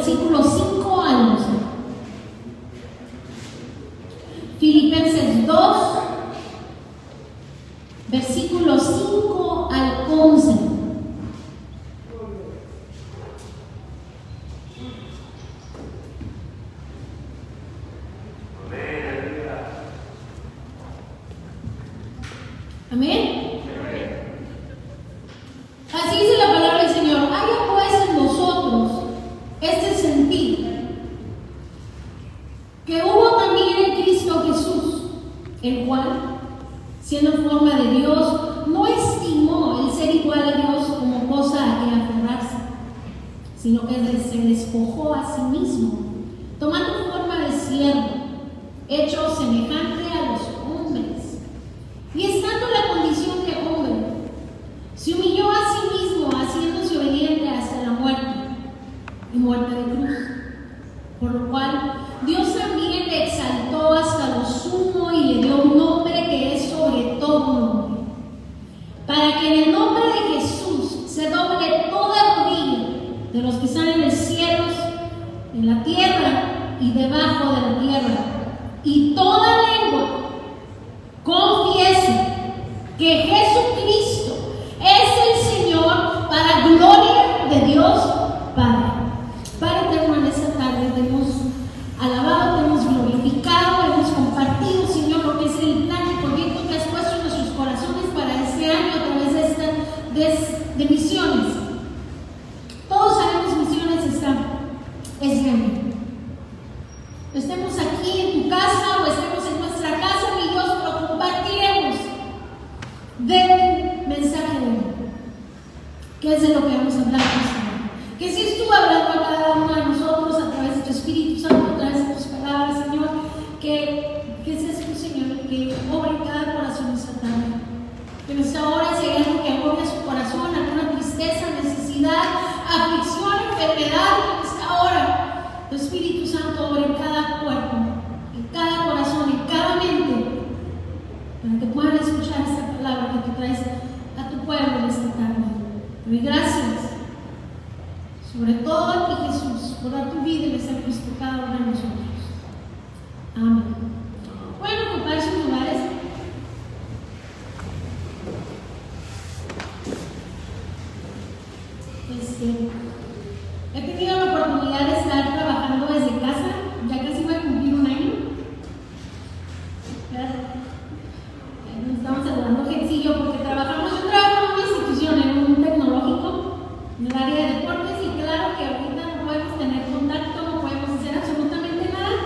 versículos 5 al 11. Filipenses 2, versículos 5 al 11. Amén. Así dice la palabra del Señor. Haya pues en nosotros este sentir que hubo también en Cristo Jesús, el cual, siendo en forma de Dios, no estimó el ser igual a Dios como cosa a que aferrarse, sino que se despojó a sí mismo, tomando forma de siervo, hecho semejante a los hombres, y estando en la condición de hombre, se humilló a sí mismo, haciéndose obediente hasta la muerte, y muerte de cruz, por lo cual Dios también le exaltó hasta lo sumo y le dio un nombre que es sobre todo nombre, para que en el nombre de Jesús se doble toda rodilla de los que están en los cielos, en la tierra y debajo de la tierra, y toda lengua confiese que Jesucristo es el Señor, para gloria de Dios Padre. Padre eterno, en esta tarde te hemos alabado, te hemos glorificado, hemos compartido, Señor, lo que es el plan y proyecto que has puesto en nuestros corazones para este año a través de misiones. Todos sabemos misiones es grande. Estemos aquí en tu casa o estemos en nuestra casa, mi Dios, pero compartiremos del mensaje de hoy, que es de lo que vamos a hablar, Señor. Que si tú hablando a cada uno de nosotros a través de tu Espíritu Santo, a través de tus palabras, Señor, que seas tú, Señor, que obre en cada corazón esta tarde. Que en esta hora, si hay algo que agobia su corazón, alguna tristeza, necesidad, aflicción, enfermedad, en esta hora, tu Espíritu Santo obre en cada cuerpo, en cada corazón, en cada mente, para que puedan escuchar esta palabra que tú traes a tu pueblo en esta tarde. Te doy gracias, sobre todo a ti, Jesús, por dar tu vida y de sacrificio por cada uno de nosotros. Amén. Bueno, ocupar sus lugares. He tenido la oportunidad de estar trabajando desde casa, ya casi voy a cumplir un año. Nos estamos saludando Gencillo porque yo trabajo en una institución, en un tecnológico, en el área de deportes, y claro que ahorita no podemos tener contacto, no podemos hacer absolutamente nada.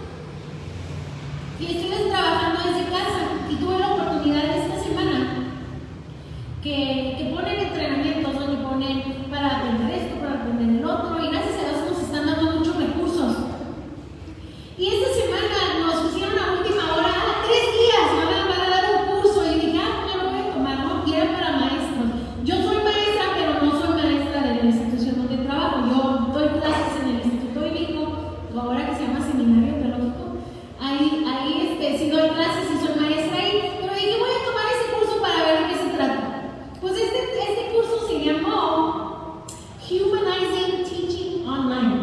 Y estoy trabajando desde casa y tuve la oportunidad esta semana que ponen entrenamientos donde ponen para aprender esto, para aprender el otro, y gracias a Dios nos están dando muchos recursos. Y esta semana nos pusieron a última hora, 3 días van a dar un curso, y dije, no lo voy a tomar, no quiero para maestros. Yo soy maestra, pero no soy maestra de la institución donde trabajo. Yo doy clases en el Instituto Bíblico, ahora que se llama Seminario Teológico. Ahí sí doy clases y soy maestra ahí, pero dije, voy a tomar ese curso para ver de qué se trata. Pues este curso se llamó Humanizing Teaching Online,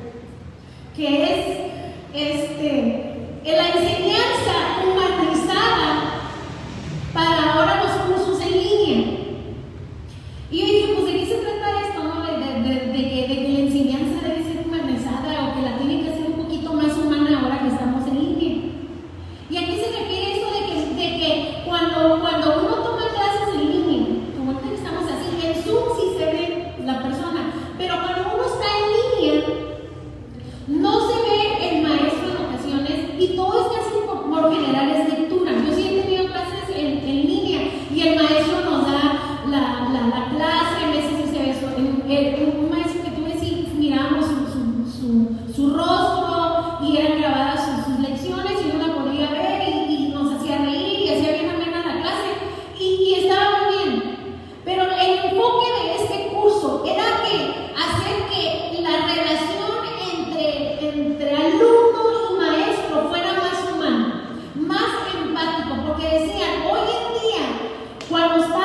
que es la enseñanza humanizada para ahora los cursos en línea. Y yo dije, pues ¿de qué se trata esto, no? De que la enseñanza debe ser humanizada, o que la tiene que hacer un poquito más humana ahora que estamos en línea. ¿Y a qué se refiere esto de que cuando uno toma clases en línea, como ahorita estamos así, en Zoom sí se ve la persona, pero cuando uno está en línea, no se ve el maestro en ocasiones, y todo es casi por general es lectura. Yo sí he tenido clases en línea y el maestro nos da la clase, a veces se ve un maestro que tuve, sí mirábamos su rostro y eran grabadas sus lecciones y uno la podía ver y nos hacía reír y hacía bien amena la clase y estaba muy bien. Pero el enfoque de este curso era hacer que la relación entre alumno y maestro fuera más humana, más empático, porque decían, hoy en día, cuando está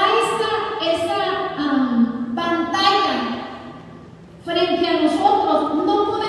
esta pantalla frente a nosotros, no podemos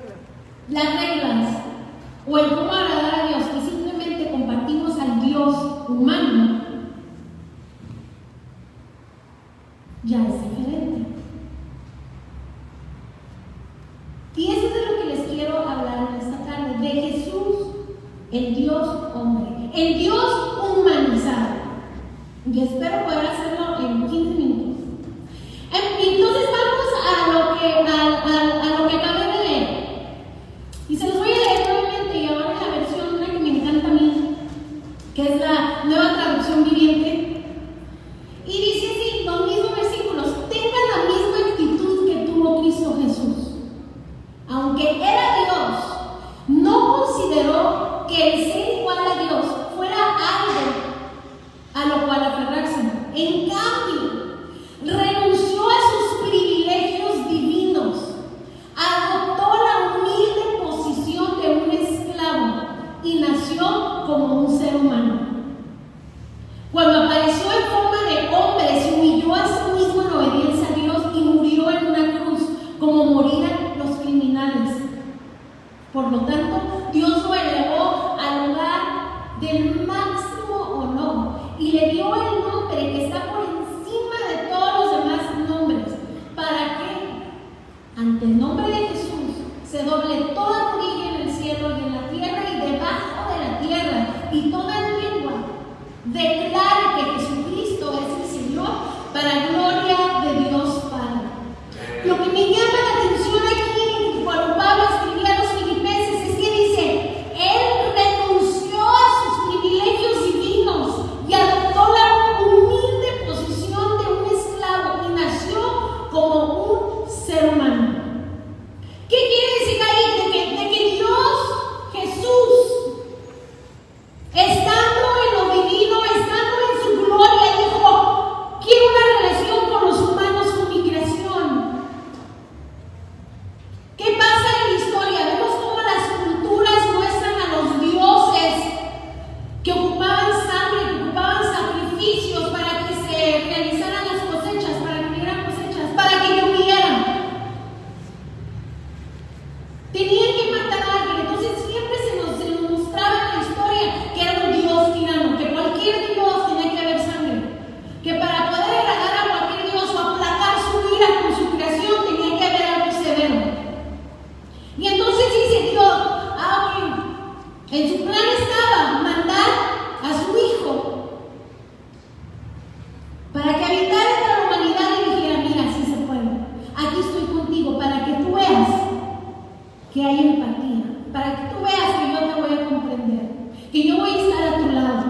las reglas o el cómo agradar a Dios y simplemente compartimos al Dios humano, ya es diferente. Y eso es de lo que les quiero hablar en esta tarde, de Jesús, el Dios hombre, el Dios humanizado. Y espero poder hacerlo en 15 minutos. Entonces vamos a lo que acabé de leer. Y se los voy a leer nuevamente y ahora en la versión una que me encanta a mí, que es la Nueva Traducción Viviente. Y dice así, los mismos versículos: tengan la misma actitud que tuvo Cristo Jesús. Aunque era Dios, no consideró que el ser igual a Dios fuera algo a lo cual aferrarse. En cambio, renunció a sus privilegios divinos, adoptó la humilde posición de un esclavo y nació como un ser humano. Cuando apareció en forma de hombre, se humilló a sí mismo en obediencia a Dios y murió en una cruz, como morían los criminales. Por lo tanto, Dios lo elevó al lugar del máximo honor y le dio el nombre que está por encima de todos los demás nombres, para que ante el nombre de Jesús se doble toda rodilla en el cielo y en la tierra y debajo de la tierra, y toda lengua declare que Jesucristo es el Señor, para gloria de Dios Padre. Lo que me llama la atención aquí cuando Pablo escribía a los filipenses es que dice: Él renunció a sus privilegios divinos y adoptó la humilde posición de un esclavo y nació como un ser humano. ¿Qué quiere decir ahí? De que Dios, Jesús, estando en lo divino, estando en su gloria, dijo: quiero una relación con los humanos, con mi creación. ¿Qué pasa en la historia? Vemos cómo las culturas muestran a los dioses que ocupaban sangre, que ocupaban sacrificios para que se realizaran las cosechas, para que hubieran cosechas, para que lloviera. Tenían que matar a alguien. Entonces siempre se nos mostraba en la historia que era un dios tirano, que cualquier dios tenía que haber sangre, que para poder agradar a cualquier dios o aplacar su ira con su creación tenía que haber algo severo. Y entonces dice Dios: ok, en su plan estaba mandar a su hijo para que habitara entre la humanidad y dijera: mira, sí se puede, aquí estoy contigo, para que tú veas que hay empatía, para que tú veas que yo te voy a comprender, que yo voy a estar a tu lado,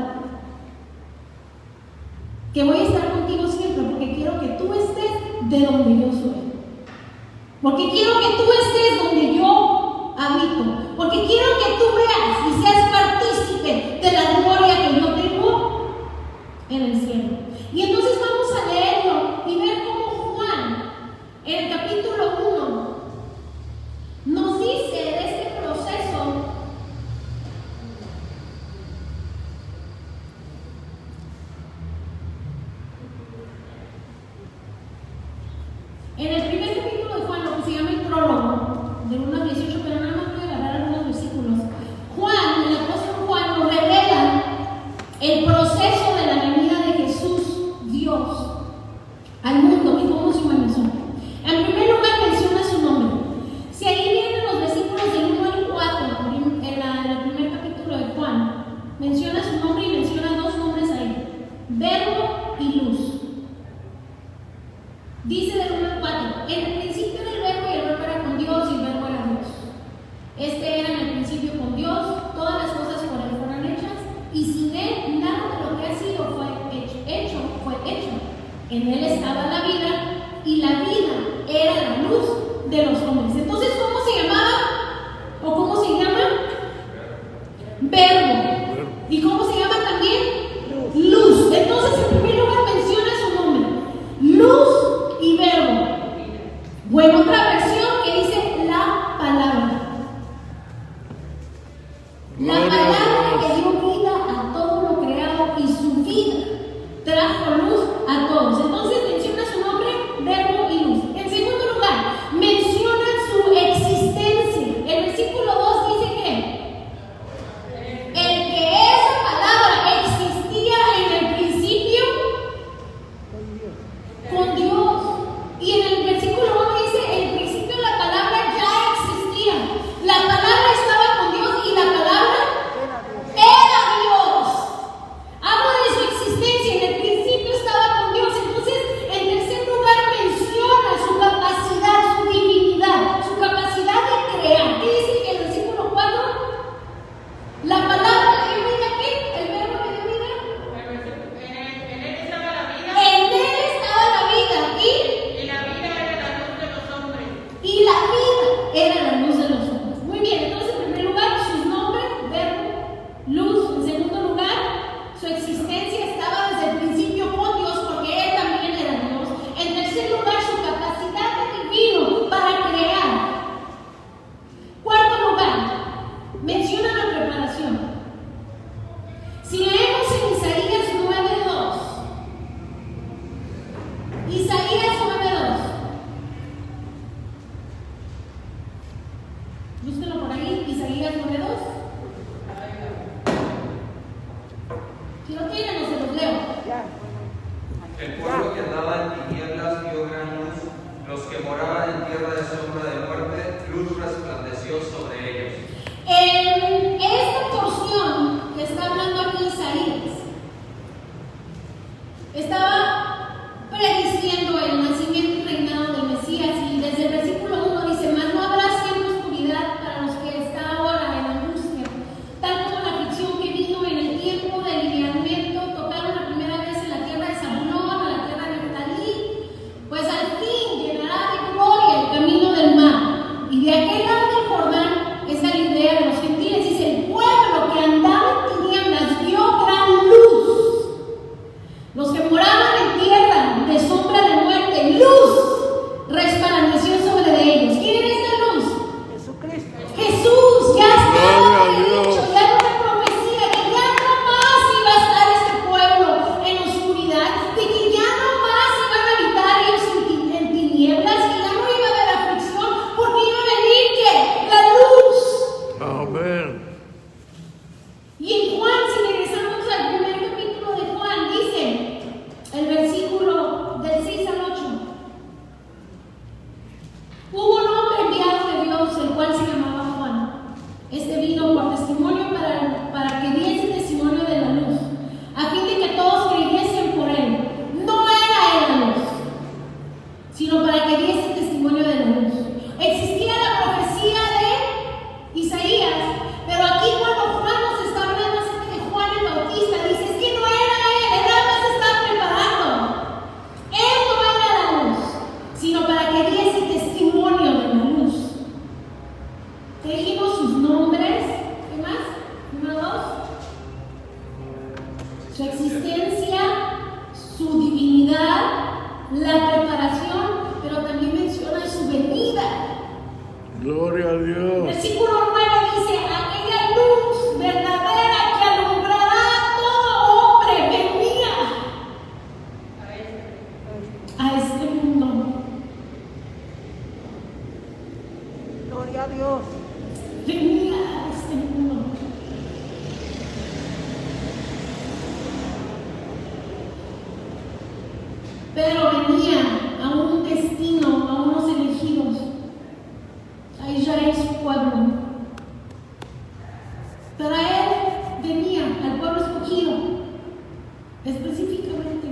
que voy a estar contigo siempre, porque quiero que tú estés de donde yo soy, porque quiero que tú estés donde yo habito, porque quiero que tú veas y seas partícipe de la gloria que yo tengo en el cielo. Y entonces vamos a leerlo y ver cómo Juan, en el capítulo 1, nos dice de este proceso en el primer capítulo de Juan, lo que se llama el prólogo, de 1 al 18, pero nada más voy a agarrar algunos versículos. Juan, el apóstol Juan, nos revela el proceso de la venida de Jesús, Dios, al mundo y cómo se humanizó. En primer lugar, menciona su nombre. Si ahí vienen los versículos del 1 al 4, en el primer capítulo de Juan, menciona su nombre y menciona dos nombres ahí: Verbo y Luz. Dice del 1 al 4: en el principio era el Verbo y el Verbo era con Dios y el Verbo era Dios. Este era en el principio con Dios, todas las cosas por Él fueron hechas y sin Él nada de lo que ha sido fue hecho. En Él estaba la vida y la vida era la luz de los hombres. Entonces, ¿cómo se llamaba? ¿O cómo se llama? Verbo. ¿Y cómo se llama también? Luz. Entonces, en primer lugar menciona su nombre: Luz y Verbo. Bueno, otra versión que dice la palabra. La palabra que dio vida a todo lo creado y su vida trajo luz a todos. Entonces menciona su nombre, Verbo y Luz. En segundo lugar, menciona Búsquenlo por ahí, Isaías 9:2. Si lo tienen, no se los leo. El pueblo que andaba en tinieblas vio gran luz, los que moraban en tierra de sombra de muerte, luz resplandeció sobre ellos. En esta porción que está hablando aquí Isaías, estaba prediciendo el nacimiento y reinado del Mesías, y desde el versículo 1 dice: mas no habrá siempre oscuridad para los que está ahora en angustia, tal como la aflicción que vino en el tiempo del lineamiento tocaron la primera vez en la tierra de Zabulón, a la tierra de Neftalí, pues al fin llenará de gloria el camino del mar, y de aquel lado del Jordán es Galilea de los gentiles. Dice: el pueblo que andaba en tinieblas vio gran luz, los que moraban en tierra de sombra de muerte, luz resplandeció sobre de ellos. ¿Quién es esta luz? Jesucristo. Jesús. Ya estaba dicho, ya era una profecía que ya no más iba a estar este pueblo en oscuridad, de que ya no más iban a habitar ellos en tinieblas, que ya no iba a haber aflicción, porque iba a venir ¿qué? La luz. Amén. Y en Juan, si regresamos al primer capítulo de Juan, dice el versículo del 6 al 8: hubo un hombre enviado de Dios, el cual se llamaba Juan. Este vino por testimonio para que diese testimonio de la luz, a fin de que todos creyesen por él. No era él la luz, sino para que diese testimonio de la luz. Existía la profecía de Isaías, pero aquí cuando Juan nos está hablando acerca de Juan el Bautista, dice: es que no era él nada más se estaba preparando. Él no era la luz, sino para que diese testimonio de la luz. Te dijimos sus nombres. ¿Qué más? Número 2. Su existencia, su divinidad, la preparación, pero también menciona su venida. Gloria a Dios. Versículo 9 dice: aquella luz verdadera que alumbrará a todo hombre venía a este mundo. Gloria a Dios. Venía a este mundo. Pero venía a un destino, a unos elegidos, a Israel su pueblo. Para él venía al pueblo escogido, específicamente.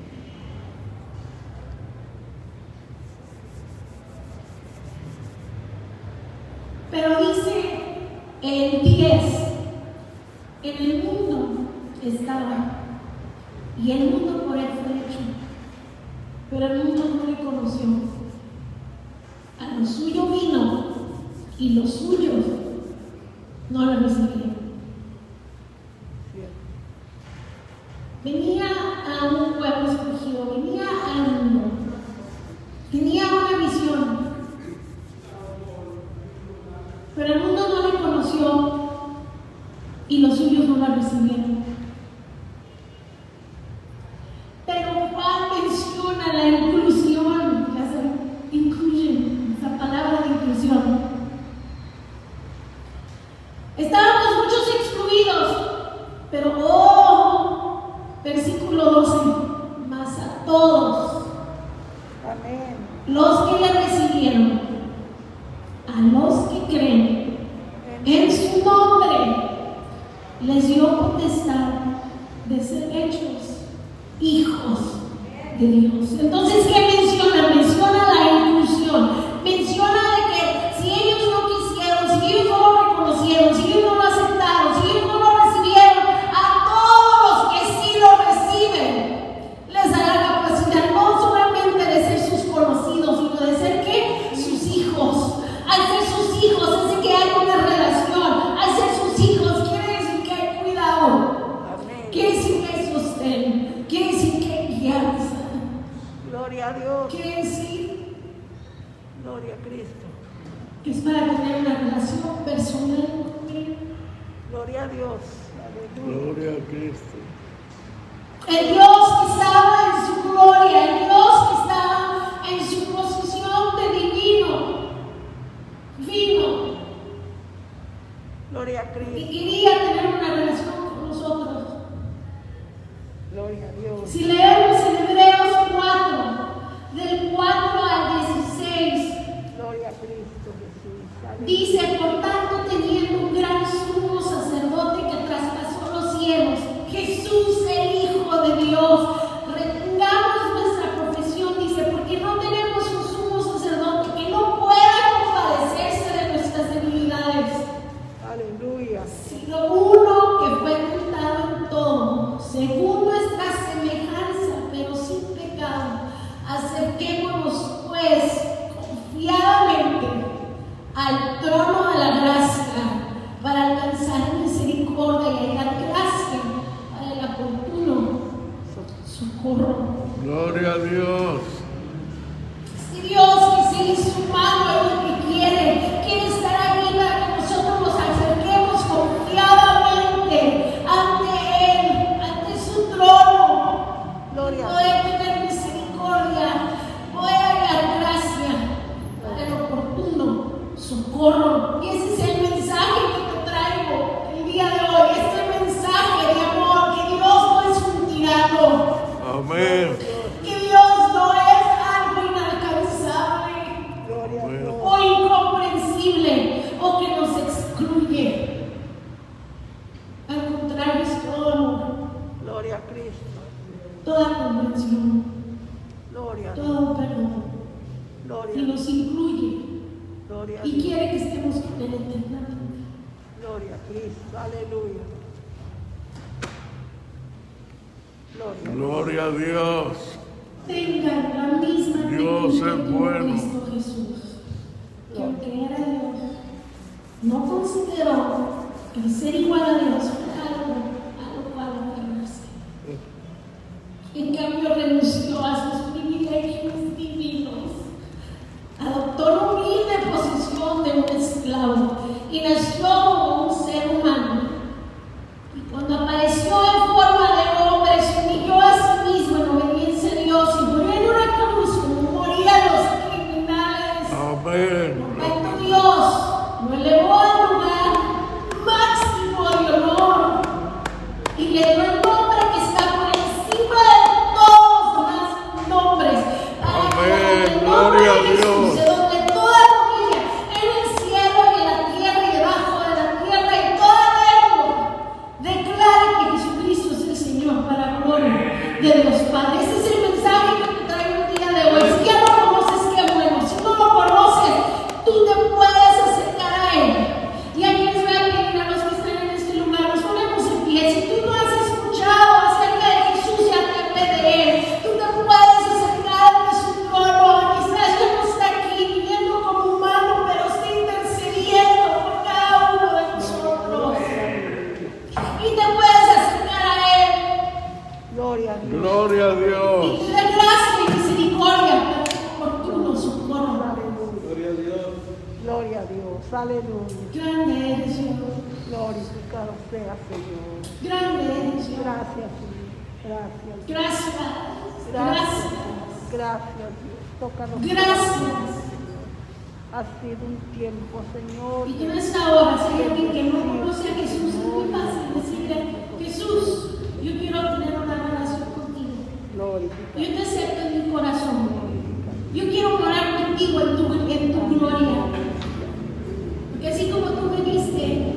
Pero dice el 10: en el mundo estaba, y el mundo por él fue hecho, pero el mundo no le conoció. A lo suyo vino, y los suyos no lo recibieron. Venía a un pueblo escogido, venía al mundo, tenía una visión, pero el mundo no le conoció y los suyos no la recibieron. Pero Juan menciona la inclusión, esa palabra de inclusión. Estábamos muchos excluidos, pero versículo 12, mas a todos Amén. los que le recibieron, a los que creen en su nombre, les dio potestad de ser hechos hijos de Dios. Entonces, ¿qué menciona? Menciona la inclusión. Menciona de que si ellos no quisieron, si ellos no lo reconocieron, si ellos no lo aceptaron, si ellos no lo recibieron, a todos los que sí lo reciben, les dará capacidad no solamente de ser sus conocidos, sino de ser ¿qué? Sus hijos. Al ser sus hijos, es de que hay una relación. Al ser sus hijos, quiere decir que hay cuidado. Amén. Quiere decir que hay sostén. Quiere decir que hay guianza. Gloria a Dios. Quiere decir Gloria a Cristo. que es para tener una relación personal con Él. Gloria a Dios. Aleluya. Gloria a Cristo. El Dios que estaba en su gloria, el Dios que estaba en su posición de divino, vino Gloria a que Cristo. quería tener una relación con nosotros. Gloria a Dios. Si leemos en Hebreos 4, del 4 al 16, Gloria a Cristo Jesús. Aleluya. dice: por tanto, teniendo un gran sumo sacerdote que traspasó los cielos, Jesús el Hijo de Dios, retengamos nuestra profesión, dice, porque no tenemos un sumo sacerdote que no pueda compadecerse de nuestras debilidades, Aleluya. sino uno que fue tentado en todo, según nuestra semejanza, pero sin pecado. Acerquémonos pues confiadamente al trono de la gracia para alcanzar misericordia y hallar gracia para el oportuno socorro. Gloria a Dios. Si Dios, que se hizo humano, es lo que quiere estar aquí para que nosotros nos acerquemos confiadamente ante Él, ante su trono. Gloria a Poder tener misericordia, poder hallar gracia para el oportuno socorro. Y ese es el mensaje que te traigo el día de hoy, este mensaje de amor, que Dios no es un tirano, Amén. que Dios no es algo inalcanzable Gloria a Dios. o incomprensible o que nos excluye. Al contrario, es todo amor, Gloria a Cristo. toda comprensión, Gloria a Dios. todo perdón, Gloria y a Dios. nos incluye Gloria a y Dios. quiere que estemos con Él eternamente. Gloria a Cristo. Aleluya. Gloria. Gloria a Dios. Tengan la misma Dios actitud es que tuvo bueno. Cristo Jesús, que aunque era Dios, no consideró que el ser igual a Dios fuera algo a lo cual aferrarse. En cambio, renunció a sus privilegios divinos, adoptó la humilde posición de un esclavo y nació como un ser humano. Y cuando apareció en forma de hombre, se humilló a sí mismo en obediencia a Dios y murió en una cruz como morían los criminales. Amén. Perfecto Dios lo elevó al lugar máximo de honor y le dio el nombre que está por encima de todos los demás nombres. Para que Amén. en el nombre Gloria a de Jesús, Dios. de donde toda rodilla, en el cielo y en la tierra y debajo de la tierra y toda lengua, declare que Jesucristo es el Señor para gloria de Dios Padre. Ese es el mensaje que te traigo el día de hoy. Si ya lo conoces, qué bueno. Si no lo conoces, tú te puedes acercar a Él. Y aquí les voy a pedir a los que están en este lugar, nos ponemos en pie. Si tú no has escuchado acerca de Jesús y acerca de Él, tú te puedes acercar de su trono. Quizás ya no está aquí viviendo como humano, pero está intercediendo por cada uno de nosotros. Y te puedes acercar a Él Gloria a Dios. Gloria a y Dios. te da gracia y misericordia para tu oportuno socorro. Gloria a Dios. Gloria a Dios. Aleluya. Grande eres, Señor. Glorificado sea, Señor. Grande eres, Señor. Gracias, Señor. Gracias. Gracias. Gracias. Gracias. Gracias, Dios. Tócanos. Gracias. Ha sido un tiempo, Señor. Y en esta hora, si hay alguien que no conoce a Jesús, es muy fácil decirle: Jesús, yo quiero tener una relación contigo. Glorificado. Yo te acepto en mi corazón. Yo quiero morar contigo en tu gloria. Porque así como tú me diste,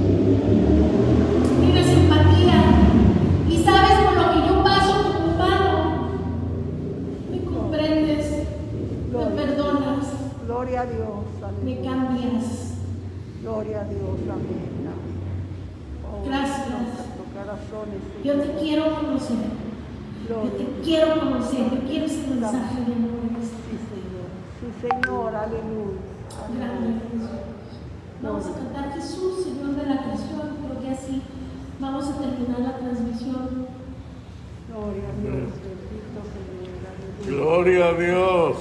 tienes empatía y sabes por lo que yo paso como humano, me comprendes, me perdonas, Gloria a Dios. me Aleluya. cambias. Gloria a Dios. Amén. Oh, Gracias. nuestros corazones, Yo Señor. te quiero conocer, yo Gloria. te quiero conocer, yo quiero ese mensaje de amor. Sí, Señor. Sí, Señor. Aleluya. Grande Jesús. Vamos a cantar Jesús, Señor de la creación, creo que así vamos a terminar la transmisión. Gloria a Dios. Bendito Señor. Aleluya. Gloria a Dios.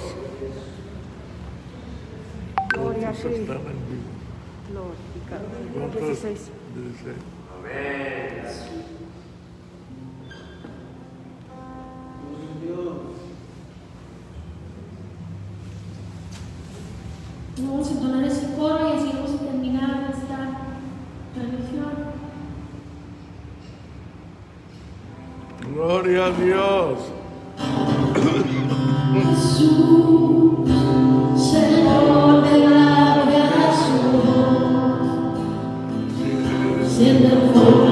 Gloria a ¿Cuántos Cristo. están en vivo? Glorificado. ¿Cuántos? 16. 16. Vamos a entonar ese coro y así vamos a terminar esta Gloria a Dios. Jesús, Señor de la creación, siendo el